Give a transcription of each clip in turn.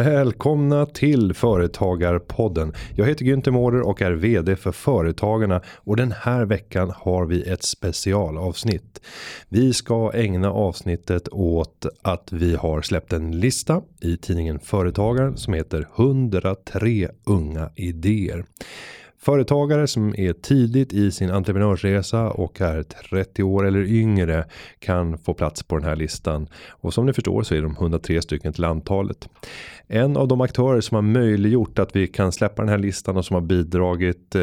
Välkomna till Företagarpodden. Jag heter Günther Mårder och är vd för Företagarna, och den här veckan har vi ett specialavsnitt. Vi ska ägna avsnittet åt att vi har släppt en lista i tidningen Företagaren som heter 103 unga idéer. Företagare som är tidigt i sin entreprenörsresa och är 30 år eller yngre kan få plats på den här listan. Och som ni förstår så är de 103 stycken till antalet. En av de aktörer som har möjliggjort att vi kan släppa den här listan och som har bidragit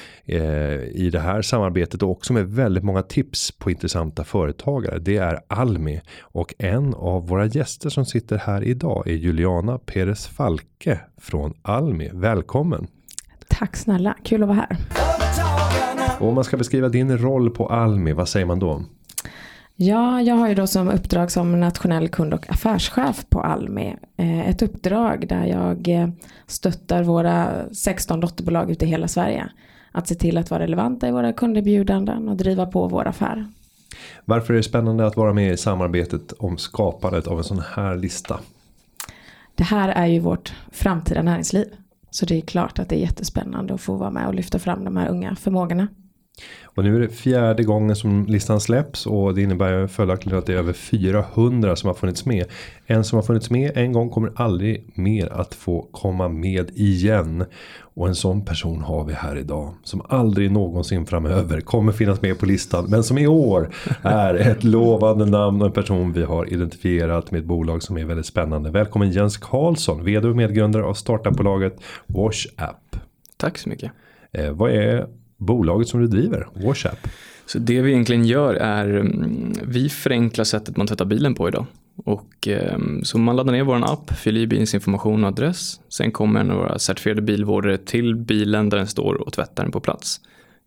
i det här samarbetet och också med väldigt många tips på intressanta företagare, det är Almi. Och en av våra gäster som sitter här idag är Juliana Perez Falke från Almi. Välkommen! Tack snälla, kul att vara här. Och om man ska beskriva din roll på Almi, vad säger man då? Ja, jag har ju då som uppdrag som nationell kund- och affärschef på Almi. Ett uppdrag där jag stöttar våra 16 dotterbolag ute i hela Sverige. Att se till att vara relevanta i våra kunderbjudanden och driva på vår affär. Varför är det spännande att vara med i samarbetet om skapandet av en sån här lista? Det här är ju vårt framtida näringsliv. Så det är klart att det är jättespännande att få vara med och lyfta fram de här unga förmågorna. Och nu är det 4:e gången som listan släpps, och det innebär följaktligen att det är över 400 som har funnits med. En som har funnits med en gång kommer aldrig mer att få komma med igen. Och en sån person har vi här idag som aldrig någonsin framöver kommer finnas med på listan, men som i år är ett lovande namn och en person vi har identifierat med ett bolag som är väldigt spännande. Välkommen Jens Karlsson, vd och medgrundare av startupbolaget WashApp. Tack så mycket. Vad är bolaget som du driver, WashApp? Så det vi egentligen gör är, vi förenklar sättet man tvättar bilen på idag. Och så man laddar ner vår app, fyller i bilens information och adress. Sen kommer en av våra certifierade bilvårdare till bilen där den står och tvättar den på plats.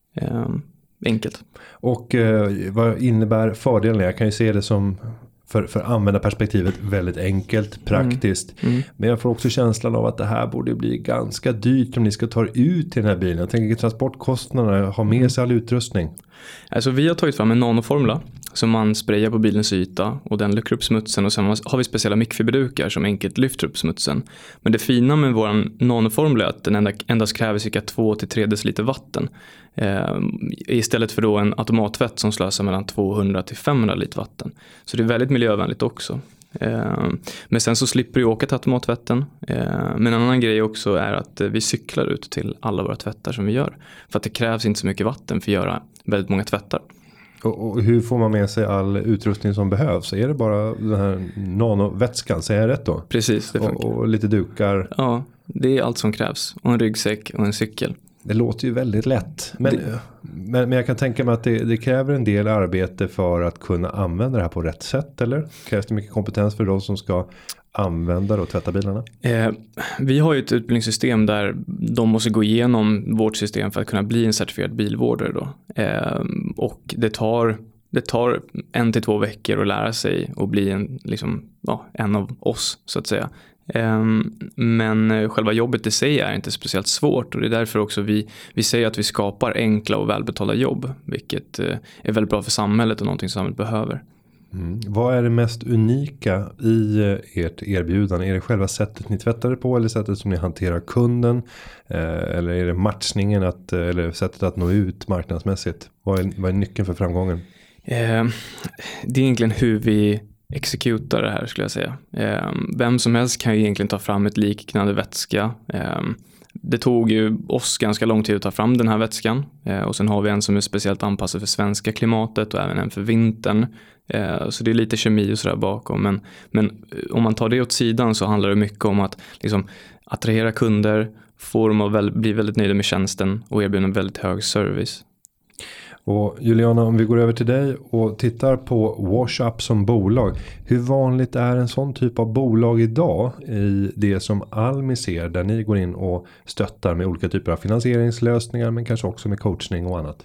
Enkelt. Och vad innebär fördelen? Jag kan ju se det som för användarperspektivet väldigt enkelt, praktiskt. Men jag får också känslan av att det här borde bli ganska dyrt om ni ska ta ut till den här bilen. Jag tänker transportkostnaderna, ha med sig all utrustning. Alltså vi har tagit fram en nanoformula som man sprayar på bilens yta och den luckrar upp smutsen, och sen har vi speciella mikfiberdukar som enkelt lyfter upp smutsen. Men det fina med vår nanoformula är att den endast kräver cirka 2-3 deciliter vatten. Istället för då en automattvätt som slösar mellan 200-500 liter vatten. Så det är väldigt miljövänligt också. Men sen så slipper du åka till automattvätten. Men en annan grej också är att vi cyklar ut till alla våra tvättar som vi gör. För att det krävs inte så mycket vatten för att göra väldigt många tvättar. Och hur får man med sig all utrustning som behövs? Är det bara den här nanovätskan, säger jag rätt då? Precis, det funkar. Och lite dukar? Ja, det är allt som krävs. Och en ryggsäck och en cykel. Det låter ju väldigt lätt. Men jag kan tänka mig att det kräver en del arbete för att kunna använda det här på rätt sätt, eller? Krävs det mycket kompetens för de som ska använda och tvätta bilarna? Vi har ju ett utbildningssystem där de måste gå igenom vårt system för att kunna bli en certifierad bilvårdare då. Och det tar 1-2 veckor att lära sig och bli en av oss så att säga. Men själva jobbet i sig är inte speciellt svårt, och det är därför också vi säger att vi skapar enkla och välbetalda jobb, vilket är väldigt bra för samhället och någonting som samhället behöver. Vad är det mest unika i ert erbjudande? Är det själva sättet ni tvättar det på, eller sättet som ni hanterar kunden, eller är det matchningen eller sättet att nå ut marknadsmässigt? Vad är nyckeln för framgången? Det är egentligen hur vi exekutar det här, skulle jag säga. Vem som helst kan ju egentligen ta fram ett liknande vätska. Det tog ju oss ganska lång tid att ta fram den här vätskan. Och sen har vi en som är speciellt anpassad för svenska klimatet och även en för vintern. Så det är lite kemi och sådär bakom. Men om man tar det åt sidan så handlar det mycket om att liksom attrahera kunder, få dem att bli väldigt nöjda med tjänsten och erbjuda en väldigt hög service. Och Juliana, om vi går över till dig och tittar på WashApp som bolag. Hur vanligt är en sån typ av bolag idag i det som Almi ser, där ni går in och stöttar med olika typer av finansieringslösningar, men kanske också med coachning och annat?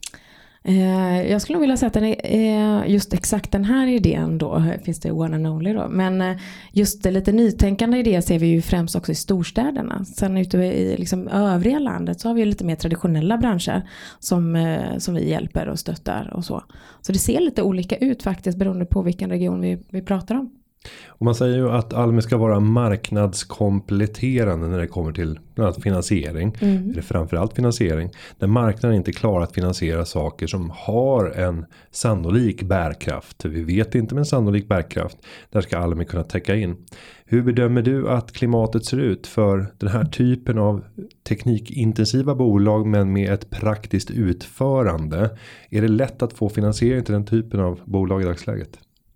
Jag skulle nog vilja säga att den är just exakt den här idén då, finns det one and only då, men just det lite nytänkande idéer ser vi ju främst också i storstäderna. Sen ute i liksom övriga landet så har vi ju lite mer traditionella branscher som vi hjälper och stöttar och så. Så det ser lite olika ut faktiskt beroende på vilken region vi pratar om. Och man säger ju att Almi ska vara marknadskompletterande när det kommer till bland annat finansiering. Eller framförallt finansiering. Där marknaden inte klarar att finansiera saker som har en sannolik bärkraft. Vi vet inte, men sannolik bärkraft. Där ska Almi kunna täcka in. Hur bedömer du att klimatet ser ut för den här typen av teknikintensiva bolag men med ett praktiskt utförande? Är det lätt att få finansiering till den typen av bolag i dagsläget?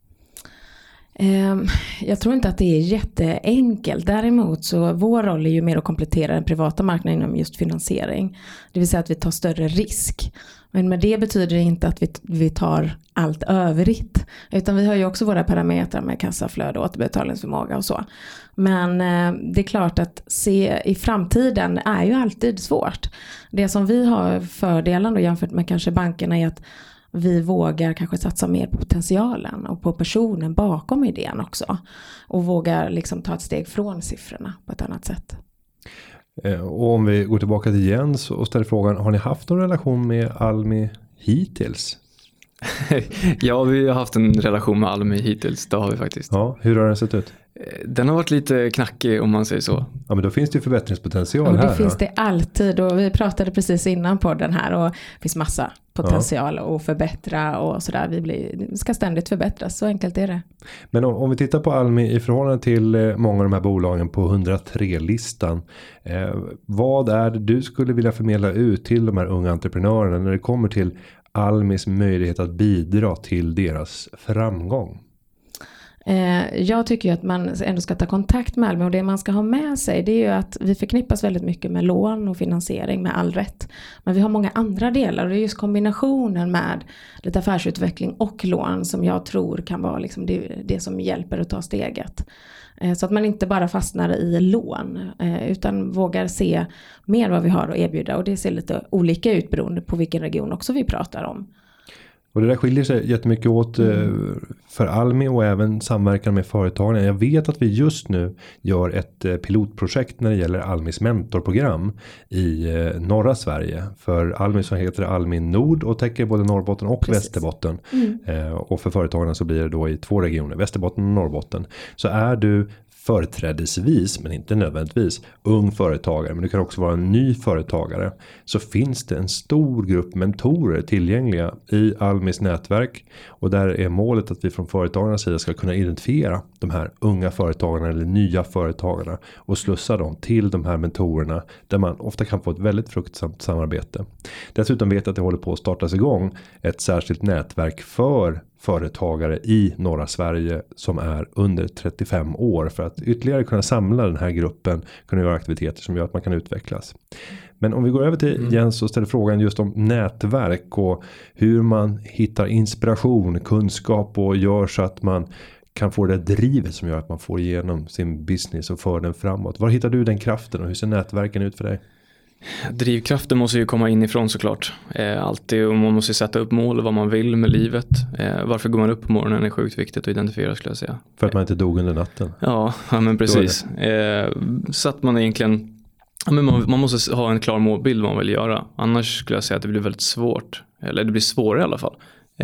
Jag tror inte att det är jätteenkelt. Däremot så vår roll är ju mer att komplettera den privata marknaden inom just finansiering. Det vill säga att vi tar större risk. Men med det betyder det inte att vi tar allt övrigt. Utan vi har ju också våra parametrar med kassaflöde och återbetalningsförmåga och så. Men det är klart att se i framtiden är ju alltid svårt. Det som vi har fördelen då jämfört med kanske bankerna är att vi vågar kanske satsa mer på potentialen och på personen bakom idén också. Och vågar liksom ta ett steg från siffrorna på ett annat sätt. Och om vi går tillbaka till Jens och ställer frågan, har ni haft någon relation med Almi hittills? Ja, vi har haft en relation med Almi hittills, det har vi faktiskt. Ja, hur har den sett ut? Den har varit lite knackig om man säger så. Ja, men då finns det ju förbättringspotential och här. Det finns det alltid, och vi pratade precis innan på den här och det finns massa potential att förbättra och sådär. Vi ska ständigt förbättras, så enkelt är det. Men om vi tittar på Almi i förhållande till många av de här bolagen på 103-listan. Vad är det du skulle vilja förmedla ut till de här unga entreprenörerna när det kommer till Almis möjlighet att bidra till deras framgång? Jag tycker ju att man ändå ska ta kontakt med Almi, och det man ska ha med sig det är ju att vi förknippas väldigt mycket med lån och finansiering med all rätt. Men vi har många andra delar, och det är just kombinationen med lite affärsutveckling och lån som jag tror kan vara liksom det som hjälper att ta steget. Så att man inte bara fastnar i lån utan vågar se mer vad vi har att erbjuda, och det ser lite olika ut beroende på vilken region också vi pratar om. Och det där skiljer sig jättemycket åt för Almi och även samverkan med företagen. Jag vet att vi just nu gör ett pilotprojekt när det gäller Almis mentorprogram i norra Sverige. För Almi så heter det Almi Nord och täcker både Norrbotten och Västerbotten. Och för företagarna så blir det då i 2 regioner, Västerbotten och Norrbotten. Så är du företrädesvis, men inte nödvändigtvis, ung företagare, men du kan också vara en ny företagare, så finns det en stor grupp mentorer tillgängliga i Almis nätverk, och där är målet att vi från företagarnas sida ska kunna identifiera de här unga företagarna eller nya företagarna och slussa dem till de här mentorerna där man ofta kan få ett väldigt fruktsamt samarbete. Dessutom vet jag att det håller på att startas igång ett särskilt nätverk för företagare i norra Sverige som är under 35 år för att ytterligare kunna samla den här gruppen, kunna göra aktiviteter som gör att man kan utvecklas. Men om vi går över till Jens och ställer frågan just om nätverk och hur man hittar inspiration, kunskap och gör så att man kan få det drivet som gör att man får igenom sin business och för den framåt. Var hittar du den kraften och hur ser nätverken ut för dig? Drivkraften måste ju komma inifrån såklart. Alltid, och man måste sätta upp mål vad man vill med livet. Varför går man upp på morgonen är sjukt viktigt att identifiera, skulle jag säga. För att man inte dog under natten. Ja men precis. Så att man egentligen man måste ha en klar målbild vad man vill göra. Annars skulle jag säga att det blir väldigt svårt. Eller det blir svårare i alla fall.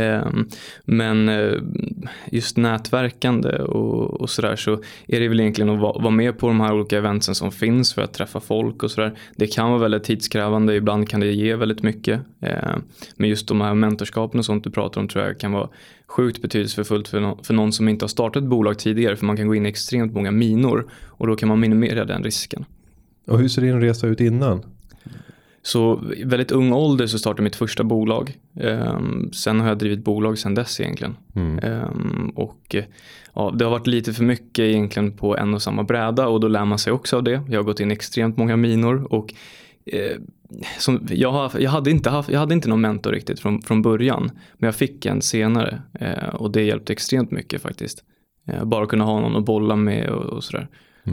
Men just nätverkande och sådär, så är det väl egentligen att vara med på de här olika eventsen som finns för att träffa folk och sådär. Det kan vara väldigt tidskrävande, ibland kan det ge väldigt mycket. Men just de här mentorskapen och sånt du pratar om tror jag kan vara sjukt betydelsefullt för någon som inte har startat ett bolag tidigare, för man kan gå in i extremt många minor och då kan man minimera den risken. Och hur ser din resa ut innan? Så i väldigt ung ålder så startade mitt första bolag. Sen har jag drivit bolag sedan dess egentligen. Och det har varit lite för mycket egentligen på en och samma bräda, och då lär man sig också av det. Jag har gått in extremt många minor och jag hade inte någon mentor riktigt från början, men jag fick en senare och det hjälpte extremt mycket faktiskt. Bara kunna ha någon att bolla med och sådär.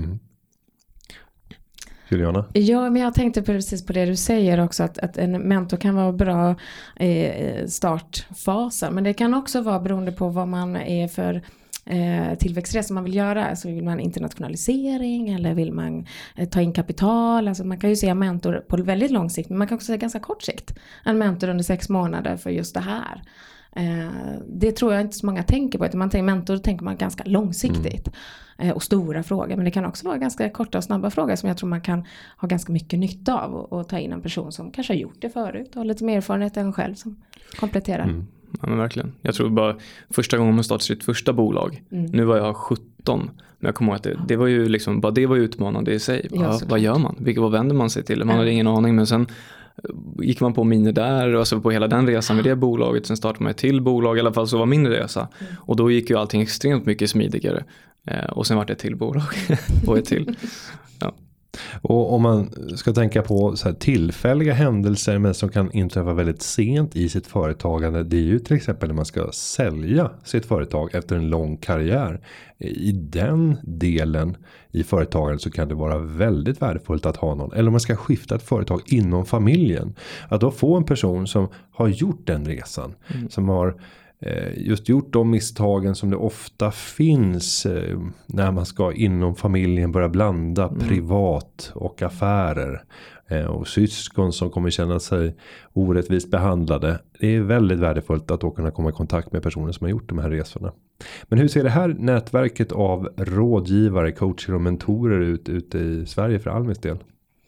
Juliana? Ja, men jag tänkte precis på det du säger också, att en mentor kan vara bra startfasen, men det kan också vara beroende på vad man är för tillväxtresa man vill göra. Så vill man internationalisering eller vill man ta in kapital. Alltså man kan ju se en mentor på väldigt lång sikt, men man kan också se ganska kort sikt. En mentor under 6 månader för just det här. Det tror jag inte så många tänker på. Att man tänker mentor, tänker man ganska långsiktigt och stora frågor. Men det kan också vara ganska korta och snabba frågor som jag tror man kan ha ganska mycket nytta av. Och ta in en person som kanske har gjort det förut och har lite mer erfarenhet än själv som kompletterar. Ja, men verkligen. Jag tror bara första gången man startade sitt första bolag. Nu var jag 17. Men jag kommer ihåg att det var ju liksom, bara det var utmanande i sig. Vad gör man? Vad vänder man sig till? Man hade ingen aning, men sen gick man på miner där och så på hela den resan med det bolaget. Sen startade man ett till bolag, i alla fall så var min resa. Och då gick ju allting extremt mycket smidigare. Och sen var det ett till bolag och ett till. Ja. Och om man ska tänka på så här tillfälliga händelser men som kan inträffa väldigt sent i sitt företagande, det är ju till exempel när man ska sälja sitt företag efter en lång karriär. I den delen i företagandet så kan det vara väldigt värdefullt att ha någon, eller om man ska skifta ett företag inom familjen, att då få en person som har gjort den resan, som har just gjort de misstagen som det ofta finns när man ska inom familjen börja blanda privat och affärer, och syskon som kommer känna sig orättvist behandlade. Det är väldigt värdefullt att då kunna komma i kontakt med personer som har gjort de här resorna. Men hur ser det här nätverket av rådgivare, coacher och mentorer ut ute i Sverige för Almis del?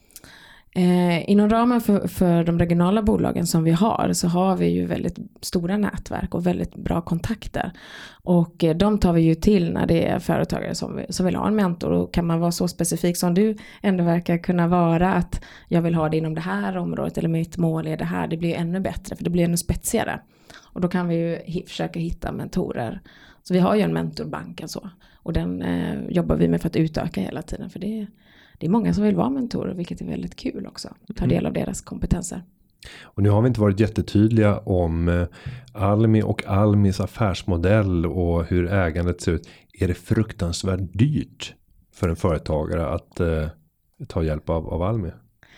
Inom ramen för de regionala bolagen som vi har, så har vi ju väldigt stora nätverk och väldigt bra kontakter. Och de tar vi ju till när det är företagare som vill ha en mentor. Och kan man vara så specifik som du ändå verkar kunna vara, att jag vill ha det inom det här området eller mitt mål är det här, det blir ännu bättre för det blir ännu spetsigare. Och då kan vi ju försöka hitta mentorer. Så vi har ju en mentorbank alltså, och den jobbar vi med för att utöka hela tiden, för det är många som vill vara mentorer, vilket är väldigt kul också. Ta del av deras kompetenser. Och nu har vi inte varit jättetydliga om Almi och Almis affärsmodell och hur ägandet ser ut. Är det fruktansvärt dyrt för en företagare att ta hjälp av Almi?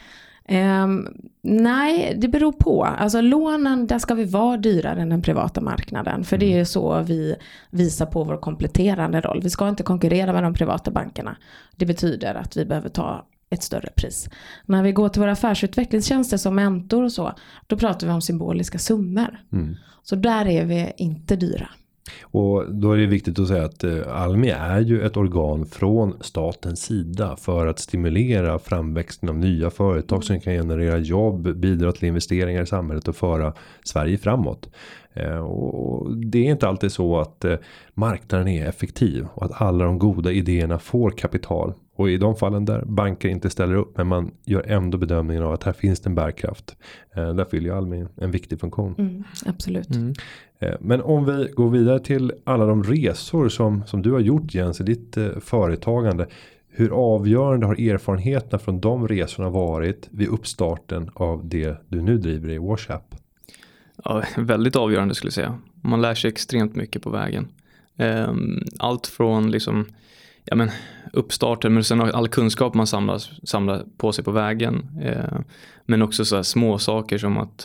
Nej, det beror på. Alltså lånen, där ska vi vara dyrare än den privata marknaden. För det är så vi visar på vår kompletterande roll. Vi ska inte konkurrera med de privata bankerna. Det betyder att vi behöver ta ett större pris. När vi går till våra affärsutvecklingstjänster som mentor och så, då pratar vi om symboliska summor. Så där är vi inte dyra. Och då är det viktigt att säga att Almi är ju ett organ från statens sida för att stimulera framväxten av nya företag som kan generera jobb, bidra till investeringar i samhället och föra Sverige framåt. Och det är inte alltid så att marknaden är effektiv och att alla de goda idéerna får kapital. Och i de fallen där banker inte ställer upp, men man gör ändå bedömningen av att här finns det en bärkraft. Där fyller ju Almi en viktig funktion. Absolut. Men om vi går vidare till alla de resor som du har gjort, Jens, i ditt företagande. Hur avgörande har erfarenheterna från de resorna varit vid uppstarten av det du nu driver i WashUp? Ja, väldigt avgörande skulle jag säga. Man lär sig extremt mycket på vägen. Allt från liksom, uppstarten, men sen all kunskap man samlar på sig på vägen. Men också så här små saker som att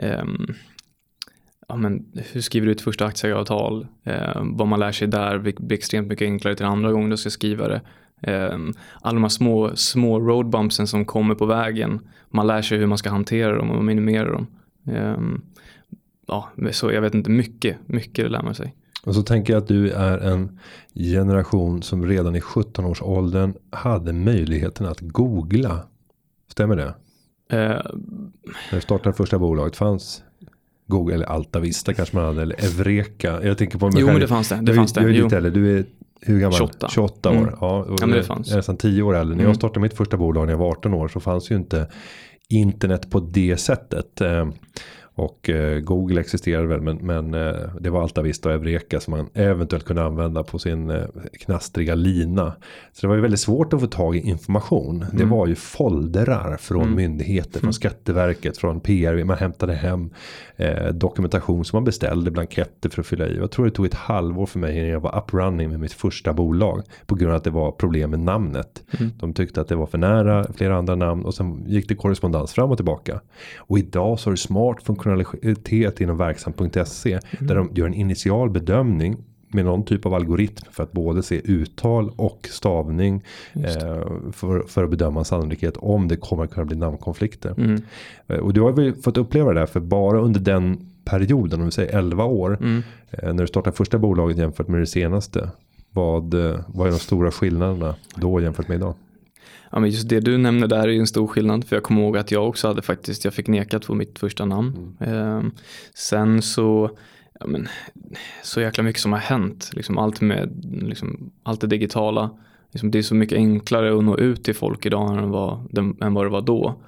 hur skriver du ett första aktieavtal? Vad man lär sig där blir extremt mycket enklare till andra gången du ska skriva det. Alla de här små roadbumpsen som kommer på vägen. Man lär sig hur man ska hantera dem och minimera dem. Så jag vet inte, mycket lär man sig. Och så tänker jag att du är en generation som redan i 17-årsåldern hade möjligheten att googla. Stämmer det? När du startade första bolaget fanns Google eller Altavista kanske man hade, eller Evreka. Jag tänker på mig själv. Men det fanns det. Du är lite äldre, du är hur gammal? 28 år. Ja, men det fanns. Jag är nästan 10 år äldre. När jag startade mitt första bolag när jag var 18 år så fanns ju inte internet på det sättet. Och Google existerade väl, men det var Altavista och Evreka som man eventuellt kunde använda på sin knastriga lina. Så det var ju väldigt svårt att få tag i information. Det var ju folderar från myndigheter, från Skatteverket, från PRV. Man hämtade hem dokumentation som man beställde, blanketter för att fylla i. Jag tror det tog ett halvår för mig när jag var up-running med mitt första bolag på grund av att det var problem med namnet. De tyckte att det var för nära flera andra namn och sen gick det korrespondens fram och tillbaka. Och idag så är det smart funktionalitet inom verksam.se där de gör en initial bedömning med någon typ av algoritm för att både se uttal och stavning för att bedöma sannolikhet om det kommer att kunna bli namnkonflikter. Och du har väl fått uppleva det där, för bara under den perioden, om vi säger 11 år, när du startade första bolaget jämfört med det senaste, vad är de stora skillnaderna då jämfört med idag? Ja, men just det du nämner där är ju en stor skillnad, för jag kommer ihåg att jag också hade faktiskt, jag fick nekat på mitt första namn. Sen så, ja, men, så jäkla mycket som har hänt, liksom allt med liksom, allt det digitala, liksom, det är så mycket enklare att nå ut till folk idag än vad det var då.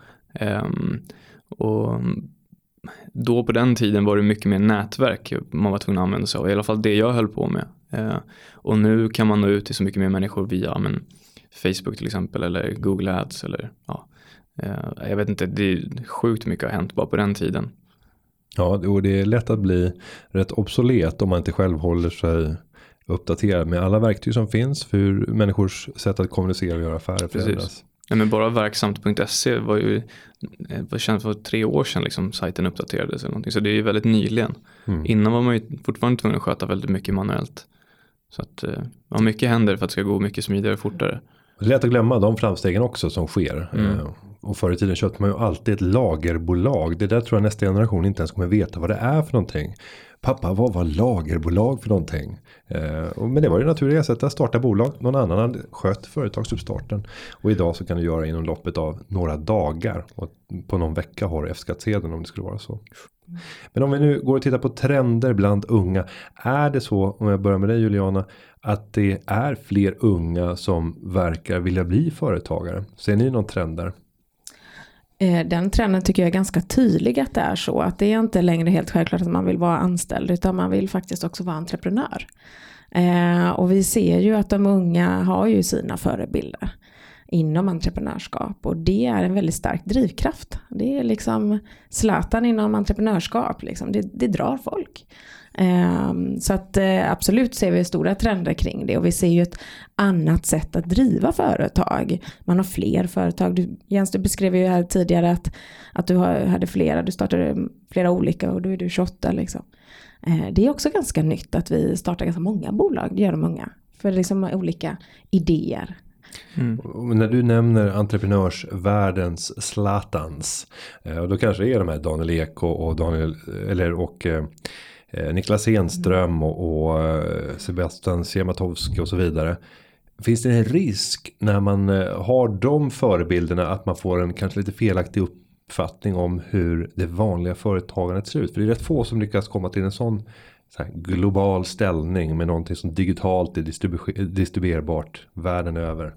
Och då på den tiden var det mycket mer nätverk man var tvungen att använda sig av, i alla fall det jag höll på med. Och nu kan man nå ut till så mycket mer människor via Facebook till exempel, eller Google Ads, eller jag vet inte, det är sjukt mycket har hänt bara på den tiden. Ja, och det är lätt att bli rätt obsolet om man inte själv håller sig uppdaterad med alla verktyg som finns för hur människors sätt att kommunicera och göra affärer förändras. Ja, men bara verksamt.se var ju, vad känns för 3 år sedan liksom sajten uppdaterades eller någonting, så det är ju väldigt nyligen. Innan var man ju fortfarande tvungen att sköta väldigt mycket manuellt. Så att mycket händer för att det ska gå mycket smidigare och fortare. Det är lätt att glömma de framstegen också som sker. Och förr i tiden köpte man ju alltid ett lagerbolag. Det där tror jag nästa generation inte ens kommer veta vad det är för någonting. Pappa, vad var lagerbolag för någonting? Men det var ju naturliga sätt att starta bolag. Någon annan hade skött företagsuppstarten. Och idag så kan du göra inom loppet av några dagar. Och på någon vecka har du F-skattsedeln om det skulle vara så. Men om vi nu går och tittar på trender bland unga. Är det så, om jag börjar med dig Juliana, att det är fler unga som verkar vilja bli företagare? Ser ni någon trend där? Den trenden tycker jag är ganska tydlig, att det är så. Att det är inte längre helt självklart att man vill vara anställd, utan man vill faktiskt också vara entreprenör. Och vi ser ju att de unga har ju sina förebilder inom entreprenörskap, och det är en väldigt stark drivkraft. Det är liksom Zlatan inom entreprenörskap, liksom. Det drar folk. Så att absolut ser vi stora trender kring det, och vi ser ju ett annat sätt att driva företag. Man har fler företag. Jens, du beskrev ju här tidigare att du hade flera, du startade flera olika, och då är du 28 liksom. Det är också ganska nytt att vi startar ganska många bolag, det gör de många, för liksom olika idéer. Och när du nämner entreprenörsvärldens Zlatans, då kanske det är de här Daniel Ek och Niklas Enström och Sebastian Siemiatowski och så vidare. Finns det en risk när man har de förebilderna att man får en kanske lite felaktig uppfattning om hur det vanliga företagandet ser ut? För det är rätt få som lyckas komma till en sån här global ställning med någonting som digitalt är distribuerbart världen över.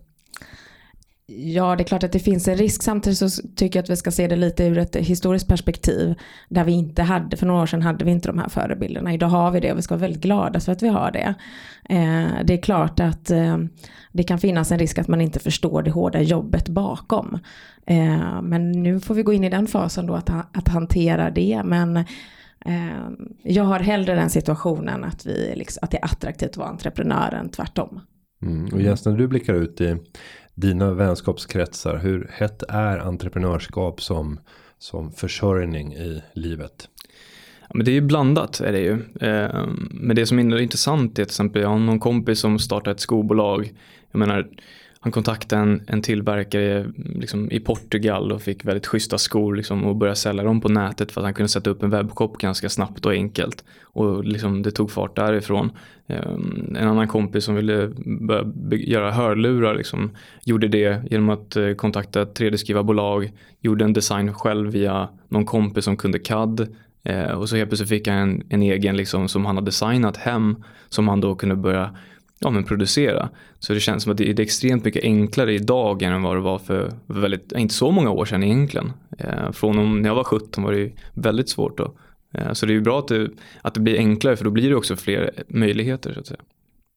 Ja, det är klart att det finns en risk. Samtidigt så tycker jag att vi ska se det lite ur ett historiskt perspektiv, där vi inte hade, för några år sedan hade vi inte de här förebilderna. Idag har vi det, och vi ska vara väldigt glada för att vi har det. Det är klart att det kan finnas en risk att man inte förstår det hårda jobbet bakom. Men nu får vi gå in i den fasen då att hantera det. Men jag har hellre den situationen att det är attraktivt att vara entreprenör än tvärtom. Och Jens, när du blickar ut i dina vänskapskretsar, hur hett är entreprenörskap som försörjning i livet? Ja, men det är ju blandat, är det ju. Men det som är intressant är till exempel, jag har någon kompis som startar ett skobolag. Jag menar, han kontaktade en tillverkare liksom, i Portugal och fick väldigt schyssta skor liksom, och började sälja dem på nätet för att han kunde sätta upp en webbshop ganska snabbt och enkelt. Och liksom, det tog fart därifrån. En annan kompis som ville göra hörlurar liksom, gjorde det genom att kontakta ett 3D-skrivarbolag. Gjorde en design själv via någon kompis som kunde CAD. Och så helt plötsligt fick han en egen liksom, som han har designat hem, som han då kunde börja producera. Så det känns som att det är extremt mycket enklare idag än vad det var för inte så många år sedan egentligen. Från när jag var 17 var det väldigt svårt då. Så det är ju bra att det blir enklare, för då blir det också fler möjligheter så att säga.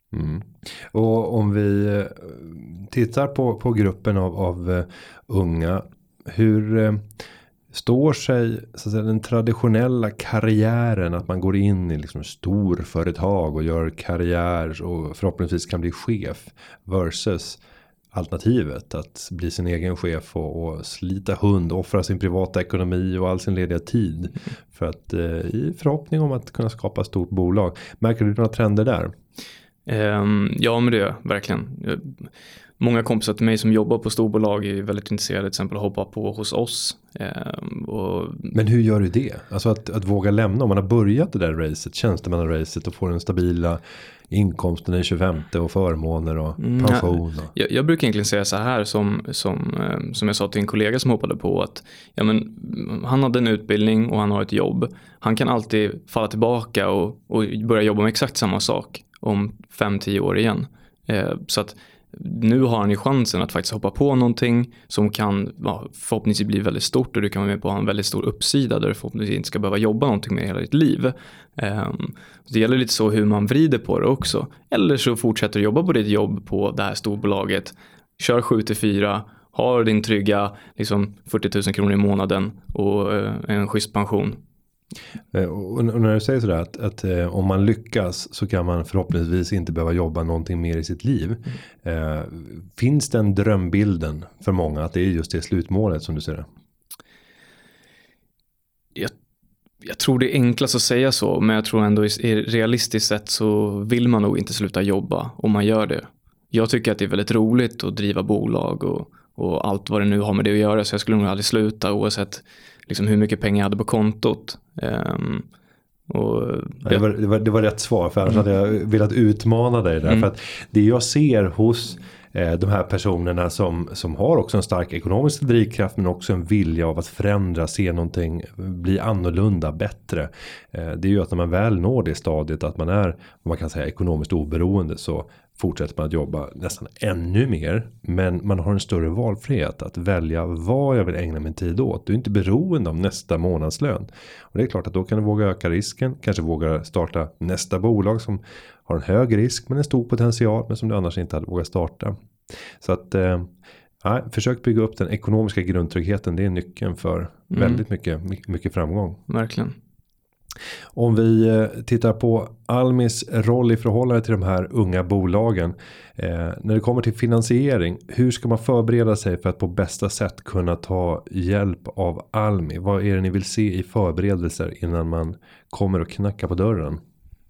Och om vi tittar på gruppen av unga, hur står sig så att säga, den traditionella karriären, att man går in i liksom storföretag och gör karriär och förhoppningsvis kan bli chef, versus alternativet att bli sin egen chef och slita hund, offra sin privata ekonomi och all sin lediga tid för att i förhoppning om att kunna skapa ett stort bolag. Märker du några trender där? Ja, men det är verkligen. Många kompisar till mig som jobbar på storbolag är väldigt intresserade till exempel att hoppa på hos oss. Men hur gör du det? Alltså att våga lämna om man har börjat det där racet, tjänstemannaracet och får den stabila inkomsten i 25 och förmåner och pension. Jag brukar egentligen säga så här som jag sa till en kollega som hoppade på att han hade en utbildning och han har ett jobb. Han kan alltid falla tillbaka och börja jobba med exakt samma sak om 5-10 år igen. Så att nu har han ju chansen att faktiskt hoppa på någonting som kan förhoppningsvis bli väldigt stort, och du kan vara med på en väldigt stor uppsida där du förhoppningsvis inte ska behöva jobba någonting med hela ditt liv. Det gäller lite så hur man vrider på det också. Eller så fortsätter du jobba på ditt jobb på det här storbolaget, kör 7-4, har din trygga 40 000 kronor i månaden och en schysst pension. Och när du säger sådär att om man lyckas så kan man förhoppningsvis inte behöva jobba någonting mer i sitt liv. Finns den drömbilden för många att det är just det slutmålet som du ser det? Jag tror det är enklast att säga så, men jag tror ändå realistiskt sett så vill man nog inte sluta jobba om man gör det. Jag tycker att det är väldigt roligt att driva bolag och allt vad det nu har med det att göra, så jag skulle nog aldrig sluta oavsett hur mycket pengar jag hade på kontot. Det var rätt svar, för annars hade jag velat utmana dig där. För att det jag ser hos de här personerna som har också en stark ekonomisk drivkraft men också en vilja av att förändra, se någonting, bli annorlunda, bättre. Det är ju att när man väl når det stadiet att man är, vad man kan säga, ekonomiskt oberoende, så fortsätter man att jobba nästan ännu mer, men man har en större valfrihet att välja vad jag vill ägna min tid åt. Du är inte beroende av nästa månadslön. Och det är klart att då kan du våga öka risken, kanske våga starta nästa bolag som har en hög risk men en stor potential, men som du annars inte hade vågat starta. Så att försök bygga upp den ekonomiska grundtryggheten, det är nyckeln för väldigt mycket framgång. Verkligen. Om vi tittar på Almis roll i förhållande till de här unga bolagen. När det kommer till finansiering, hur ska man förbereda sig för att på bästa sätt kunna ta hjälp av Almi? Vad är det ni vill se i förberedelser innan man kommer och knackar på dörren?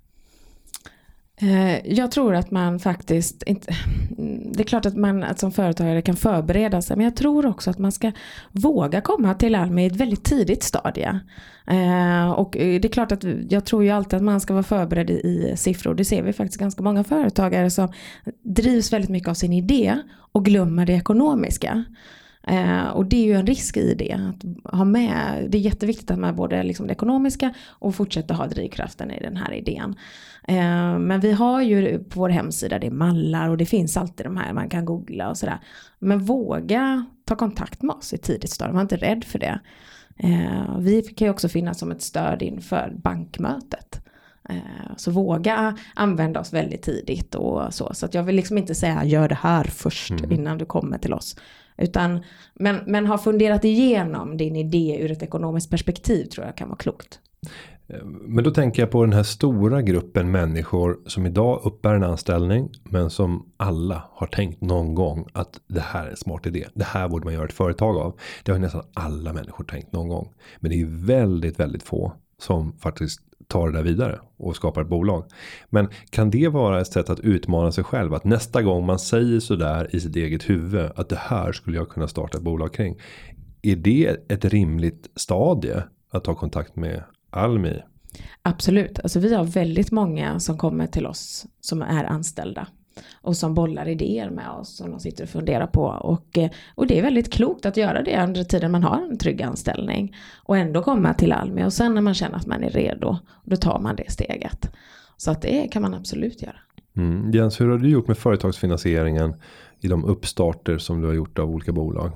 Jag tror att man faktiskt inte, det är klart att man som företagare kan förbereda sig, men jag tror också att man ska våga komma till Almi i ett väldigt tidigt stadie. Och det är klart att jag tror ju alltid att man ska vara förberedd i siffror. Det ser vi faktiskt ganska många företagare som drivs väldigt mycket av sin idé och glömmer det ekonomiska. Och det är ju en risk i det att ha med. Det är jätteviktigt att man både det ekonomiska och fortsätter ha drivkraften i den här idén. Men vi har ju på vår hemsida, det är mallar och det finns alltid de här man kan googla och sådär. Men våga ta kontakt med oss i tidigt stadium, var inte rädd för det. Vi kan ju också finnas som ett stöd inför bankmötet. Så våga använda oss väldigt tidigt och så att jag vill inte säga gör det här först innan du kommer till oss. Men har funderat igenom din idé ur ett ekonomiskt perspektiv tror jag kan vara klokt. Men då tänker jag på den här stora gruppen människor som idag uppbär en anställning, men som alla har tänkt någon gång att det här är en smart idé. Det här borde man göra ett företag av. Det har nästan alla människor tänkt någon gång. Men det är väldigt, väldigt få som faktiskt tar det där vidare och skapar ett bolag. Men kan det vara ett sätt att utmana sig själv? Att nästa gång man säger sådär i sitt eget huvud att det här skulle jag kunna starta ett bolag kring. Är det ett rimligt stadie att ta kontakt med Almi? Absolut. Alltså vi har väldigt många som kommer till oss som är anställda och som bollar idéer med oss som de sitter och funderar på. Och det är väldigt klokt att göra det under tiden man har en trygg anställning och ändå komma till Almi. Och sen när man känner att man är redo, då tar man det steget. Så att det kan man absolut göra. Jens, hur har du gjort med företagsfinansieringen i de uppstarter som du har gjort av olika bolag?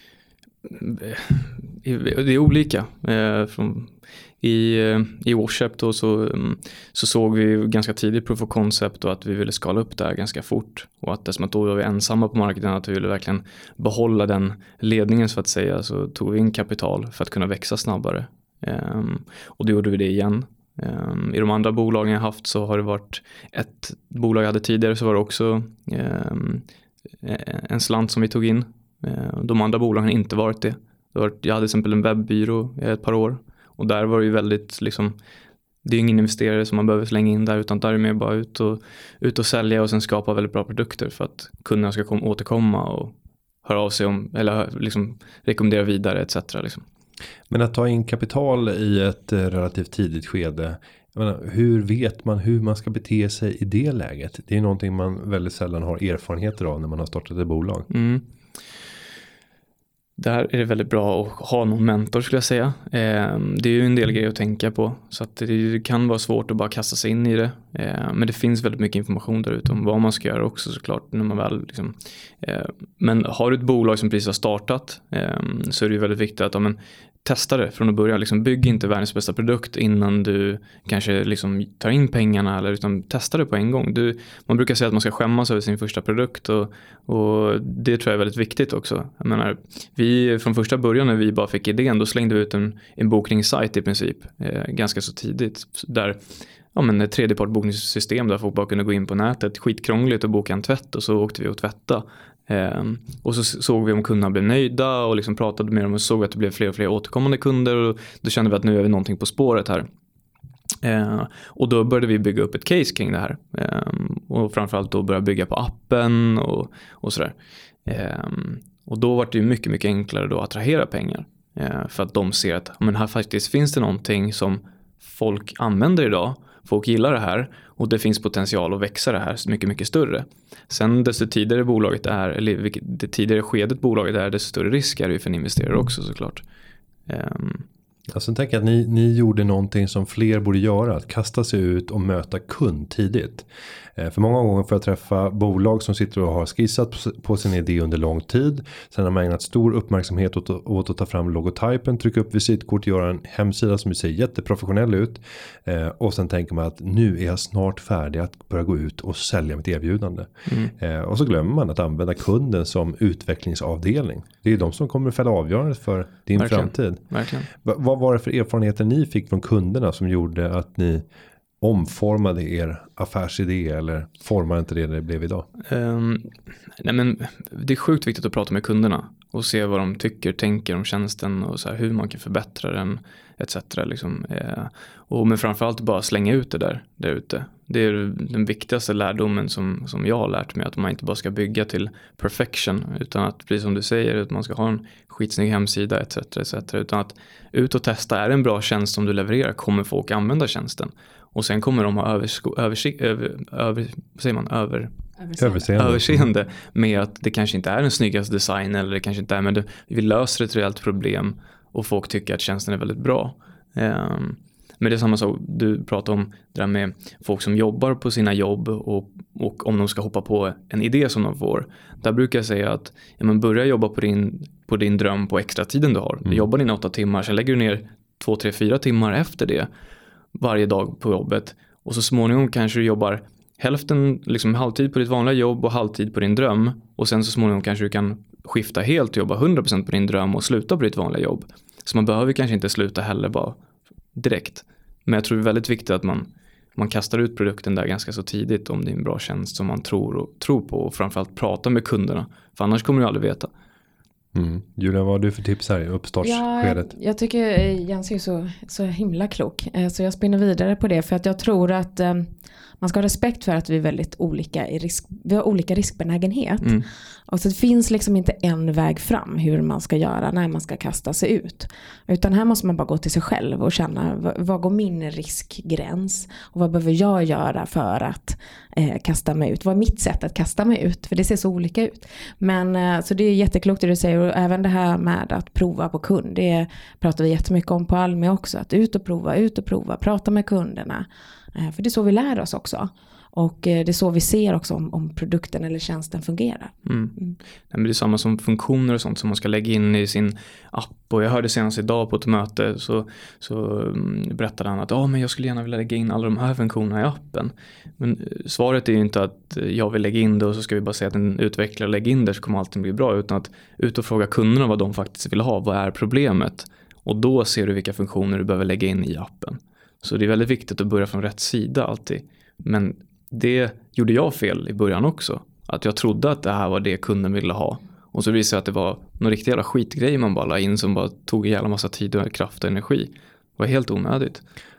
Det är olika. I Worship då så såg vi ganska tidigt proof of concept och att vi ville skala upp det här ganska fort. Och att eftersom att då var vi ensamma på marknaden, att vi ville verkligen behålla den ledningen så att säga, så tog vi in kapital för att kunna växa snabbare. Och då gjorde vi det igen. I de andra bolagen jag haft så har det varit ett bolag jag hade tidigare, så var det också en slant som vi tog in. De andra bolagen har inte varit det. Jag hade till exempel en webbyrå i ett par år. Och där var det ju väldigt det är ingen investerare som man behöver slänga in där, utan där är mer bara ut och sälja och sen skapa väldigt bra produkter för att kunderna ska återkomma och höra av sig om, eller liksom rekommendera vidare etc. Liksom. Men att ta in kapital i ett relativt tidigt skede, jag menar, hur vet man hur man ska bete sig i det läget? Det är någonting man väldigt sällan har erfarenheter av när man har startat ett bolag. Där är det väldigt bra att ha någon mentor, skulle jag säga. Det är ju en del grejer att tänka på. Så att det kan vara svårt att bara kasta sig in i det. Men det finns väldigt mycket information där ute om vad man ska göra också, såklart. När man väl, liksom, men har du ett bolag som precis har startat, så är det ju väldigt viktigt att testa det från att börja. Liksom, bygg inte världens bästa produkt innan du kanske liksom tar in pengarna, eller utan testa det på en gång. Man brukar säga att man ska skämmas över sin första produkt, och det tror jag är väldigt viktigt också. Jag menar, vi från första början när vi bara fick idén, då slängde vi ut en bokningssajt i princip ganska så tidigt, där ett tredjepart bokningssystem där folk bara kunde gå in på nätet, skitkrångligt, och boka en tvätt, och så åkte vi och tvätta. Och så såg vi om kunderna blev nöjda och liksom pratade med dem, och såg att det blev fler och fler återkommande kunder, och då kände vi att nu är vi någonting på spåret här. Och då började vi bygga upp ett case kring det här, och framförallt då börja bygga på appen och sådär. Och då var det ju mycket, mycket enklare då att attrahera pengar, för att de ser att här faktiskt finns det någonting som folk använder idag. Folk gillar det här, och det finns potential att växa det här mycket, mycket större. Sen desto tidigare bolaget är, eller det tidigare skedet bolaget är, desto större risk är det ju för en investerare också, såklart. Alltså tänk att ni gjorde någonting som fler borde göra, att kasta sig ut och möta kund tidigt. För många gånger får jag träffa bolag som sitter och har skissat på sin idé under lång tid. Sen har man ägnat stor uppmärksamhet åt att ta fram logotypen, trycka upp visitkort, göra en hemsida som ser jätteprofessionell ut. Och sen tänker man att nu är jag snart färdig att börja gå ut och sälja mitt erbjudande. Och så glömmer man att använda kunden som utvecklingsavdelning. Det är de som kommer fälla avgörandet för din framtid. Verkligen. Vad var det för erfarenheter ni fick från kunderna som gjorde att ni omformade er affärsidé, eller formade inte det blev idag? Nej, men det är sjukt viktigt att prata med kunderna och se vad de tycker, tänker om tjänsten, och så här, hur man kan förbättra den etc. Liksom. Men framförallt bara slänga ut det där ute. Det är den viktigaste lärdomen som jag har lärt mig, att man inte bara ska bygga till perfection, utan att, precis som du säger, att man ska ha en skitsnygg hemsida etc. Utan att ut och testa, är en bra tjänst som du levererar, kommer folk använda tjänsten, och sen kommer de ha överseende med att det kanske inte är den snyggaste design, eller det kanske inte är, men vi löser ett reellt problem och folk tycker att tjänsten är väldigt bra. Men det är samma sak, du pratar om det där med folk som jobbar på sina jobb, och om de ska hoppa på en idé som de får. Där brukar jag säga att börja jobba på din dröm på extra tiden du har. Du jobbar dina 8 timmar, sen lägger du ner 2, 3, 4 timmar efter det varje dag på jobbet, och så småningom kanske du jobbar hälften, liksom halvtid på ditt vanliga jobb och halvtid på din dröm, och sen så småningom kanske du kan skifta helt och jobba 100% på din dröm och sluta på ditt vanliga jobb. Så man behöver kanske inte sluta heller bara direkt. Men jag tror det är väldigt viktigt att man kastar ut produkten där ganska så tidigt, om det är en bra tjänst som man tror på, och framförallt prata med kunderna, för annars kommer du aldrig veta. Julia, vad har du för tips här i uppstartsskedet? Jag tycker Jens är så himla klok, så jag spinner vidare på det, för att jag tror att man ska ha respekt för att vi är väldigt olika vi har olika riskbenägenhet. Och så det finns liksom inte en väg fram hur man ska göra när man ska kasta sig ut. Utan här måste man bara gå till sig själv och känna, vad går min riskgräns? Och vad behöver jag göra för att kasta mig ut? Vad är mitt sätt att kasta mig ut? För det ser så olika ut. Men så det är jätteklokt det du säger. Och även det här med att prova på kund. Det pratar vi jättemycket om på Almi också. Att ut och prova, prata med kunderna. För det är så vi lär oss också. Och det är så vi ser också om produkten eller tjänsten fungerar. Nej, men det är samma som funktioner och sånt som man ska lägga in i sin app. Och jag hörde senast idag på ett möte så berättade han att men jag skulle gärna vilja lägga in alla de här funktionerna i appen. Men svaret är ju inte att jag vill lägga in det och så ska vi bara säga att en utvecklare lägger in det så kommer allting bli bra. Utan att ut och fråga kunderna vad de faktiskt vill ha. Vad är problemet? Och då ser du vilka funktioner du behöver lägga in i appen. Så det är väldigt viktigt att börja från rätt sida alltid. Men det gjorde jag fel i början också. Att jag trodde att det här var det kunden ville ha. Och så visade det att det var någon riktig jävla skitgrej man bara la in som bara tog en jävla massa tid och kraft och energi. Det var helt onödigt.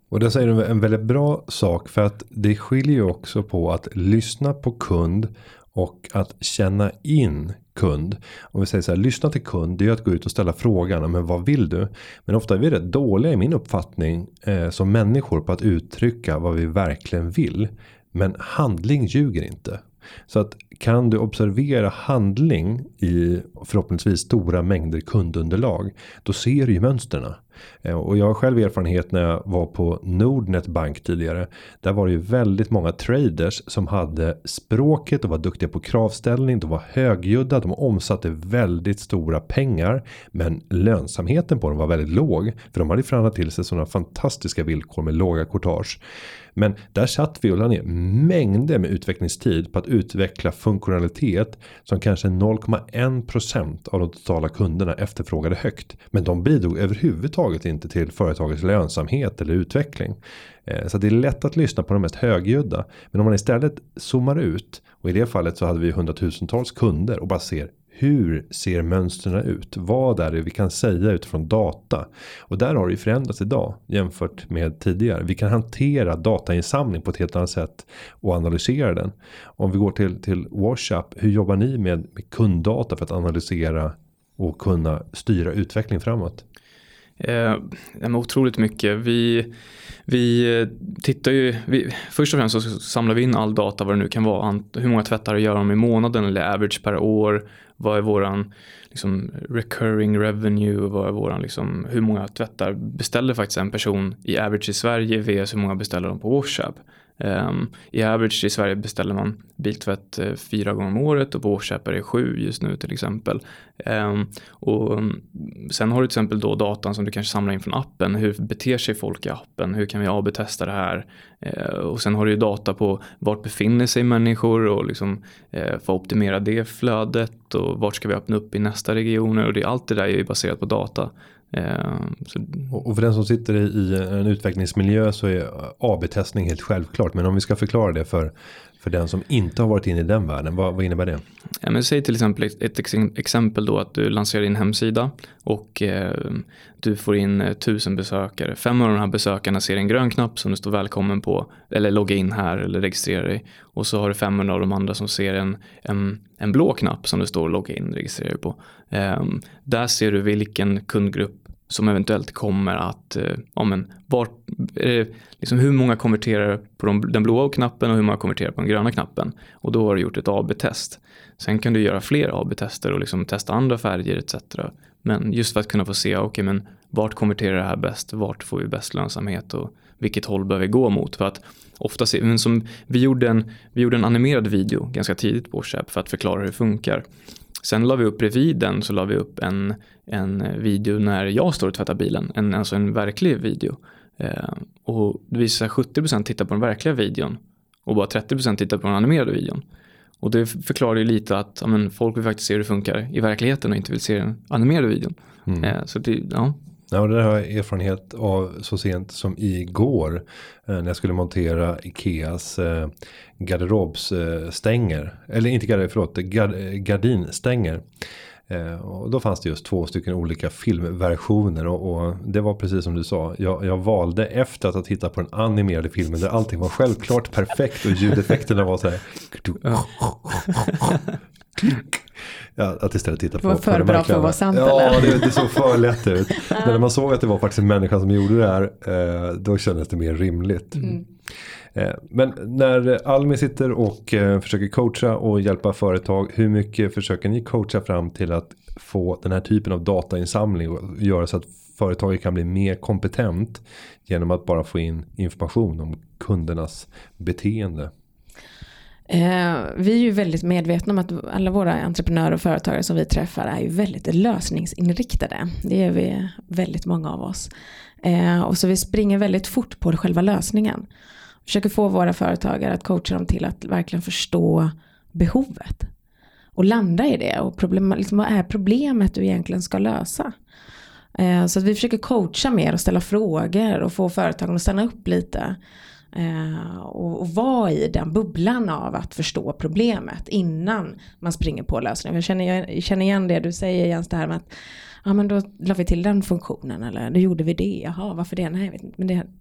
Och det säger en väldigt bra sak, för att det skiljer ju också på att lyssna på kund och att känna in kund. Om vi säger så här, lyssna till kund, det är att gå ut och ställa frågan, men vad vill du? Men ofta är vi rätt dåliga i min uppfattning som människor på att uttrycka vad vi verkligen vill. Men handling ljuger inte. Så att kan du observera handling i förhoppningsvis stora mängder kundunderlag, då ser du ju mönsterna. Och jag har själv erfarenhet när jag var på Nordnet Bank tidigare. Där var det ju väldigt många traders som hade språket och var duktiga på kravställning. De var högljudda, de omsatte väldigt stora pengar. Men lönsamheten på dem var väldigt låg. För de hade förhandlat till sig sådana fantastiska villkor med låga courtage. Men där satt vi och la ner mängder med utvecklingstid på att utveckla funktionalitet som kanske 0,1% av de totala kunderna efterfrågade högt. Men de bidrog överhuvudtaget inte till företagets lönsamhet eller utveckling. Så det är lätt att lyssna på de mest högljudda. Men om man istället zoomar ut, och i det fallet så hade vi hundratusentals kunder och bara ser hur ser mönsterna ut? Vad är det vi kan säga utifrån data? Och där har det ju förändrats idag jämfört med tidigare. Vi kan hantera datainsamling på ett helt annat sätt och analysera den. Om vi går till WashUp, hur jobbar ni med kunddata för att analysera och kunna styra utveckling framåt? Otroligt mycket. Vi tittar ju, först och främst så samlar vi in all data vad det nu kan vara. Hur många tvättar gör de i månaden eller average per år? Vad är våran liksom recurring revenue? Vad är våran liksom, hur många tvättar beställer faktiskt en person i average i Sverige vs hur många beställer de på WashUp? I average i Sverige beställer man biltvätt 4 gånger om året och på WashUp är det 7 just nu till exempel. Och sen har du till exempel då datan som du kanske samlar in från appen. Hur beter sig folk i appen? Hur kan vi AB-testa det här? Och sen har du ju data på vart befinner sig människor och liksom få optimera det flödet och vart ska vi öppna upp i nästa regioner, och allt det där är ju baserat på data. Och för den som sitter i en utvecklingsmiljö så är AB-testning helt självklart. Men om vi ska förklara det för den som inte har varit inne i den världen, vad innebär det? Ja, men säg till exempel ett exempel då att du lanserar din hemsida och du får in 1000 besökare. 5 av de här besökarna ser en grön knapp som det står välkommen på, eller logga in här eller registrera dig. Och så har du 500 av de andra som ser en blå knapp som det står logga in, registrera dig på. Där ser du vilken kundgrupp som eventuellt kommer att, liksom hur många konverterar på den blåa knappen och hur många konverterar på den gröna knappen. Och då har du gjort ett AB-test. Sen kan du göra fler AB-tester och liksom testa andra färger etc. Men just för att kunna få se, men vart konverterar det här bäst? Vart får vi bäst lönsamhet och vilket håll bör vi gå mot? För att ofta vi gjorde en animerad video ganska tidigt på WashUp för att förklara hur det funkar. Sen la vi upp bredvid den så la vi upp en video när jag står och tvättar bilen. Alltså en verklig video. Och det visar 70% tittar på den verkliga videon. Och bara 30% tittar på den animerade videon. Och det förklarar ju lite att folk vill faktiskt se hur det funkar i verkligheten och inte vill se den animerade videon. Så det, ja. Ja, och det har jag erfarenhet av så sent som igår när jag skulle montera Ikeas garderobsstänger. Eller inte gardinstänger. Och då fanns det just 2 stycken olika filmversioner och det var precis som du sa. Jag valde efter att ha tittat på den animerade filmen där allting var självklart perfekt och ljudeffekterna var så här. Ja, att istället titta på. Det var för bra för att vara sant. Ja, det såg för lätt ut. Men när man såg att det var faktiskt en människa som gjorde det här, då kändes det mer rimligt. Men när Almi sitter och försöker coacha och hjälpa företag, hur mycket försöker ni coacha fram till att få den här typen av datainsamling och göra så att företaget kan bli mer kompetent genom att bara få in information om kundernas beteende? Vi är ju väldigt medvetna om att alla våra entreprenörer och företagare som vi träffar är ju väldigt lösningsinriktade. Det är vi väldigt många av oss. Och så vi springer väldigt fort på själva lösningen. Försöker få våra företagare att coacha dem till att verkligen förstå behovet. Och landa i det. Och vad är problemet du egentligen ska lösa? Så att vi försöker coacha mer och ställa frågor och få företagen att stanna upp lite. Och vara i den bubblan av att förstå problemet innan man springer på lösningen. Jag känner igen det du säger, Jens, det här med att men då la vi till den funktionen eller då gjorde vi det. Jaha, varför det? Nej, jag vet inte. Men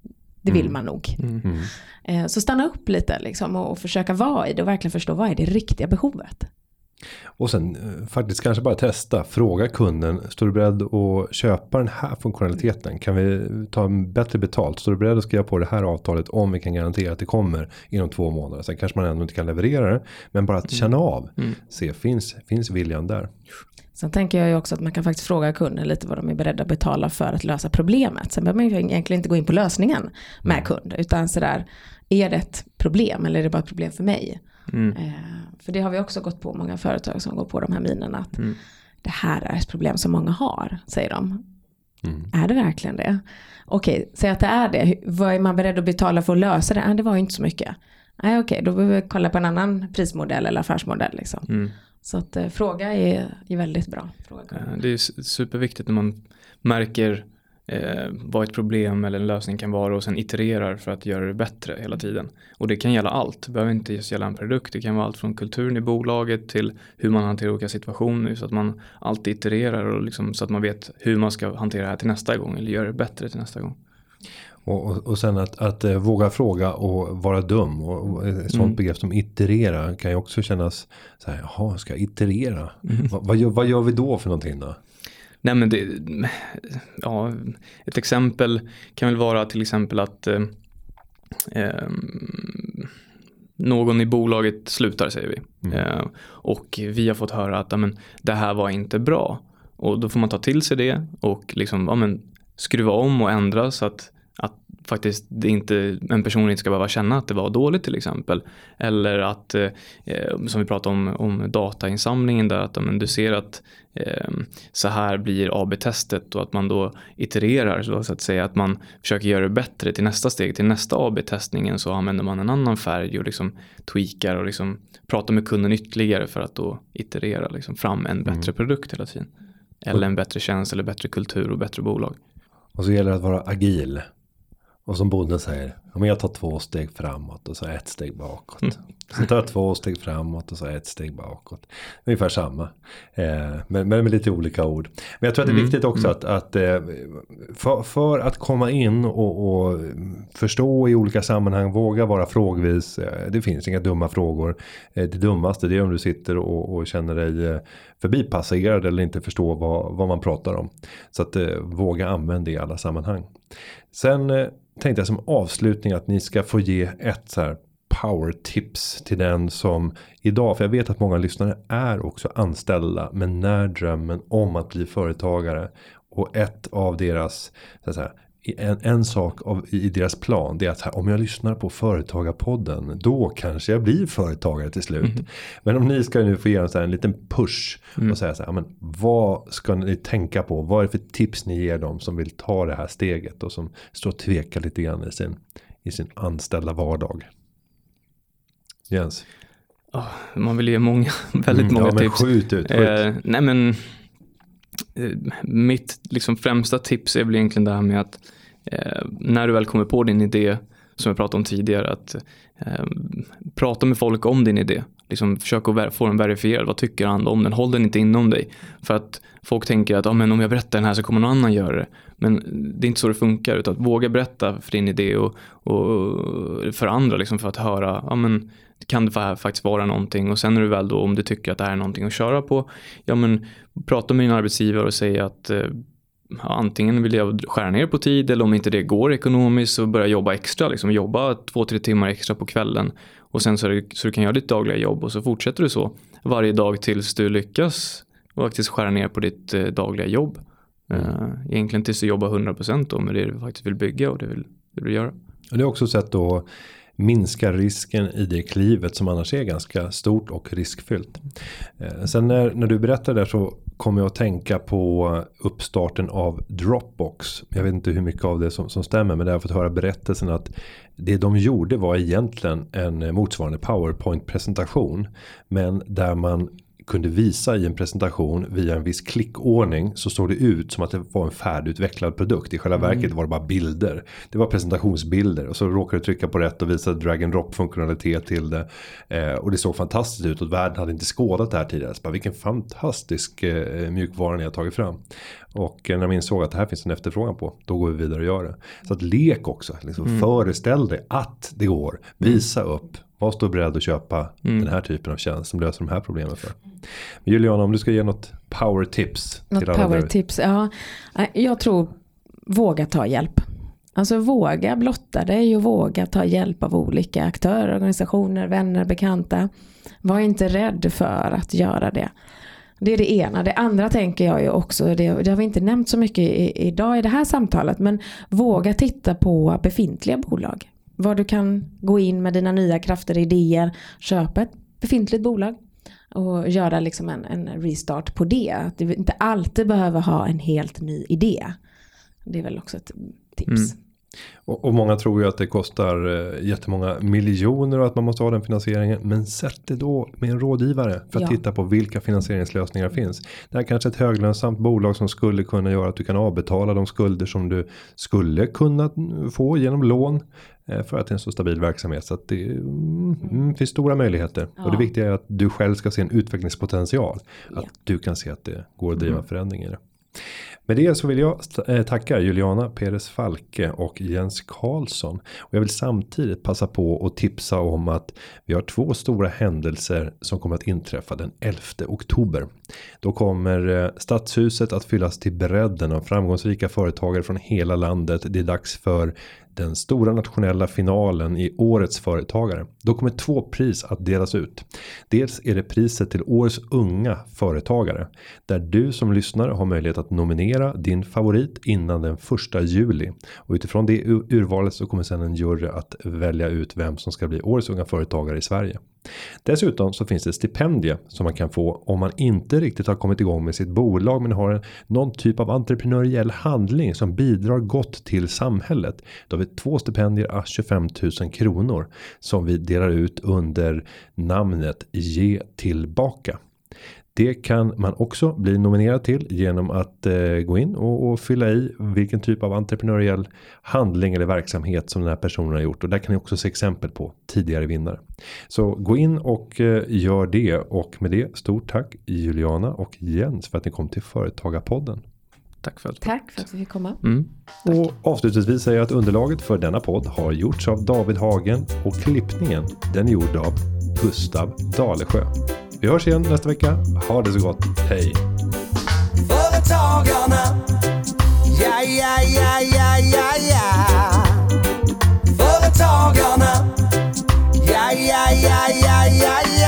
Det vill man nog. Så stanna upp lite liksom, och försöka vara i det och verkligen förstå vad är det riktiga behovet. Och sen faktiskt kanske bara testa. Fråga kunden, står du beredd att köpa den här funktionaliteten? Kan vi ta bättre betalt? Står du beredd att skriva på det här avtalet om vi kan garantera att det kommer inom 2 månader? Sen kanske man ändå inte kan leverera det. Men bara att känna av. Se, finns viljan där? Sen tänker jag ju också att man kan faktiskt fråga kunden lite vad de är beredda att betala för att lösa problemet. Sen behöver man ju egentligen inte gå in på lösningen med kund. Utan sådär, är det ett problem eller är det bara ett problem för mig? För det har vi också gått på, många företag som går på de här minerna. Att det här är ett problem som många har, säger de. Är det verkligen det? Okej, säg att det är det. Vad är man beredd att betala för att lösa det? Det var ju inte så mycket. Nej, okej, då behöver vi kolla på en annan prismodell eller affärsmodell. Liksom. Så att fråga är väldigt bra. Det är superviktigt när man märker vad ett problem eller en lösning kan vara och sen itererar för att göra det bättre hela tiden. Och det kan gälla allt. Det behöver inte just gälla en produkt. Det kan vara allt från kulturen i bolaget till hur man hanterar olika situationer, så att man alltid itererar och liksom, så att man vet hur man ska hantera det här till nästa gång eller göra det bättre till nästa gång. Och sen att våga fråga och vara dum, och ett sånt begrepp som iterera kan ju också kännas så här, jaha, ska jag iterera? Vad gör vi då för någonting då? Nej, men ett exempel kan väl vara till exempel att någon i bolaget slutar, säger vi. Och vi har fått höra att det här var inte bra. Och då får man ta till sig det och liksom, skruva om och ändra så att faktiskt en person inte ska behöva känna att det var dåligt, till exempel. Eller att, som vi pratade om datainsamlingen där, att du ser att så här blir AB-testet, och att man då itererar, så att säga, att man försöker göra det bättre till nästa steg, till nästa AB-testningen, så använder man en annan färg och liksom tweakar och liksom pratar med kunden ytterligare för att då iterera liksom fram en bättre produkt hela tiden. Eller en bättre tjänst eller bättre kultur och bättre bolag. Och så gäller det att vara agil. Och som bonden säger, om jag tar 2 steg framåt och så 1 steg bakåt. Så tar jag 2 steg framåt och så 1 steg bakåt. Ungefär samma. Men med lite olika ord. Men jag tror att det är viktigt också att för att komma in och förstå i olika sammanhang, våga vara frågvis. Det finns inga dumma frågor. Det dummaste, det är om du sitter och känner dig förbipasserad eller inte förstår vad man pratar om. Så att våga använda det i alla sammanhang. Sen tänkte jag som avslutning att ni ska få ge ett så här power tips till den som idag, för jag vet att många lyssnare är också anställda men när drömmen om att bli företagare, och ett av deras så att säga, en sak i deras plan, det är att här, om jag lyssnar på Företagarpodden, då kanske jag blir företagare till slut. Men om ni ska nu få ge en liten push och säga så här, men vad ska ni tänka på? Vad är det för tips ni ger dem som vill ta det här steget och som står och tvekar lite grann i sin anställda vardag? Jens? Man vill ge väldigt många tips. Skjut ut. Nej, men mitt liksom främsta tips är väl egentligen det här med att när du väl kommer på din idé, som jag pratade om tidigare, att prata med folk om din idé. Liksom försök att få den verifierad. Vad tycker han om den? Håll den inte inom dig. För att folk tänker att men om jag berättar den här så kommer någon annan göra det. Men det är inte så det funkar. Utan att våga berätta för din idé och för andra liksom, för att höra kan det faktiskt vara någonting. Och sen är du väl då, om du tycker att det här är någonting att köra på, prata med din arbetsgivare och säga att antingen vill jag skära ner på tid, eller om inte det går ekonomiskt så börja jobba extra, liksom jobba 2-3 timmar extra på kvällen, och sen så du kan göra ditt dagliga jobb, och så fortsätter du så varje dag tills du lyckas faktiskt skära ner på ditt dagliga jobb. Egentligen tills du jobbar 100% då med det du faktiskt vill bygga och det vill du göra. Och det är också ett sätt att minska risken i det klivet som annars är ganska stort och riskfyllt. Sen när du berättar där så kommer jag att tänka på uppstarten av Dropbox. Jag vet inte hur mycket av det som stämmer, men jag har fått höra berättelsen att det de gjorde var egentligen en motsvarande PowerPoint-presentation, men där man kunde visa i en presentation via en viss klickordning så såg det ut som att det var en färdigutvecklad produkt. I själva verket var det bara bilder. Det var presentationsbilder och så råkade du trycka på rätt och visa drag and drop funktionalitet till det. Och det såg fantastiskt ut och världen hade inte skådat det här tidigare. Så bara, vilken fantastisk mjukvara ni har tagit fram. Och när man insåg att det här finns en efterfrågan på, då går vi vidare och gör det. Så att lek också, liksom föreställ dig att det går. Visa upp. Var står beredd att köpa den här typen av tjänst som löser de här problemen för. Juliana, om du ska ge något power tips till alla power tips, ja. Jag tror våga ta hjälp. Alltså våga blotta dig och våga ta hjälp av olika aktörer, organisationer, vänner, bekanta. Var inte rädd för att göra det. Det är det ena. Det andra tänker jag ju också, det har vi inte nämnt så mycket idag i det här samtalet, men våga titta på befintliga bolag. Var du kan gå in med dina nya krafter och idéer, köpa ett befintligt bolag och göra liksom en restart på det. Att du inte alltid behöver ha en helt ny idé. Det är väl också ett tips. Och många tror ju att det kostar jättemånga miljoner och att man måste ha den finansieringen. Men sätt det då med en rådgivare för att titta på vilka finansieringslösningar finns. Det här är kanske ett höglönsamt bolag som skulle kunna göra att du kan avbetala de skulder som du skulle kunna få genom lån. För att det är en så stabil verksamhet. Så att det finns stora möjligheter. Och det viktiga är att du själv ska se en utvecklingspotential. Att du kan se att det går att driva förändring i det. Med det så vill jag tacka Juliana Perez Falke och Jens Karlsson. Och jag vill samtidigt passa på att tipsa om att vi har 2 stora händelser som kommer att inträffa den 11 oktober. Då kommer Stadshuset att fyllas till bredden av framgångsrika företagare från hela landet. Det är dags för den stora nationella finalen i årets företagare. Då kommer 2 pris att delas ut. Dels är det priset till årets unga företagare. Där du som lyssnare har möjlighet att nominera din favorit innan den 1 juli. Och utifrån det urvalet så kommer sedan en jury att välja ut vem som ska bli årets unga företagare i Sverige. Dessutom så finns det stipendier som man kan få om man inte riktigt har kommit igång med sitt bolag men har någon typ av entreprenöriell handling som bidrar gott till samhället. Då har vi 2 stipendier à 25 000 kronor som vi delar ut under namnet Ge tillbaka. Det kan man också bli nominerad till genom att gå in och fylla i vilken typ av entreprenöriell handling eller verksamhet som den här personen har gjort. Och där kan ni också se exempel på tidigare vinnare. Så gå in och gör det. Och med det, stort tack Juliana och Jens för att ni kom till Företagarpodden. Tack för att vi fick komma. Och avslutningsvis säger jag att underlaget för denna podd har gjorts av David Hagen och klippningen den är gjord av Gustav Dalesjö. Vi hörs igen nästa vecka. Ha det så gott. Hej! Företagarna. Ja, ja, ja, ja, ja, ja. Företagarna. Ja, ja, ja, ja, ja, ja.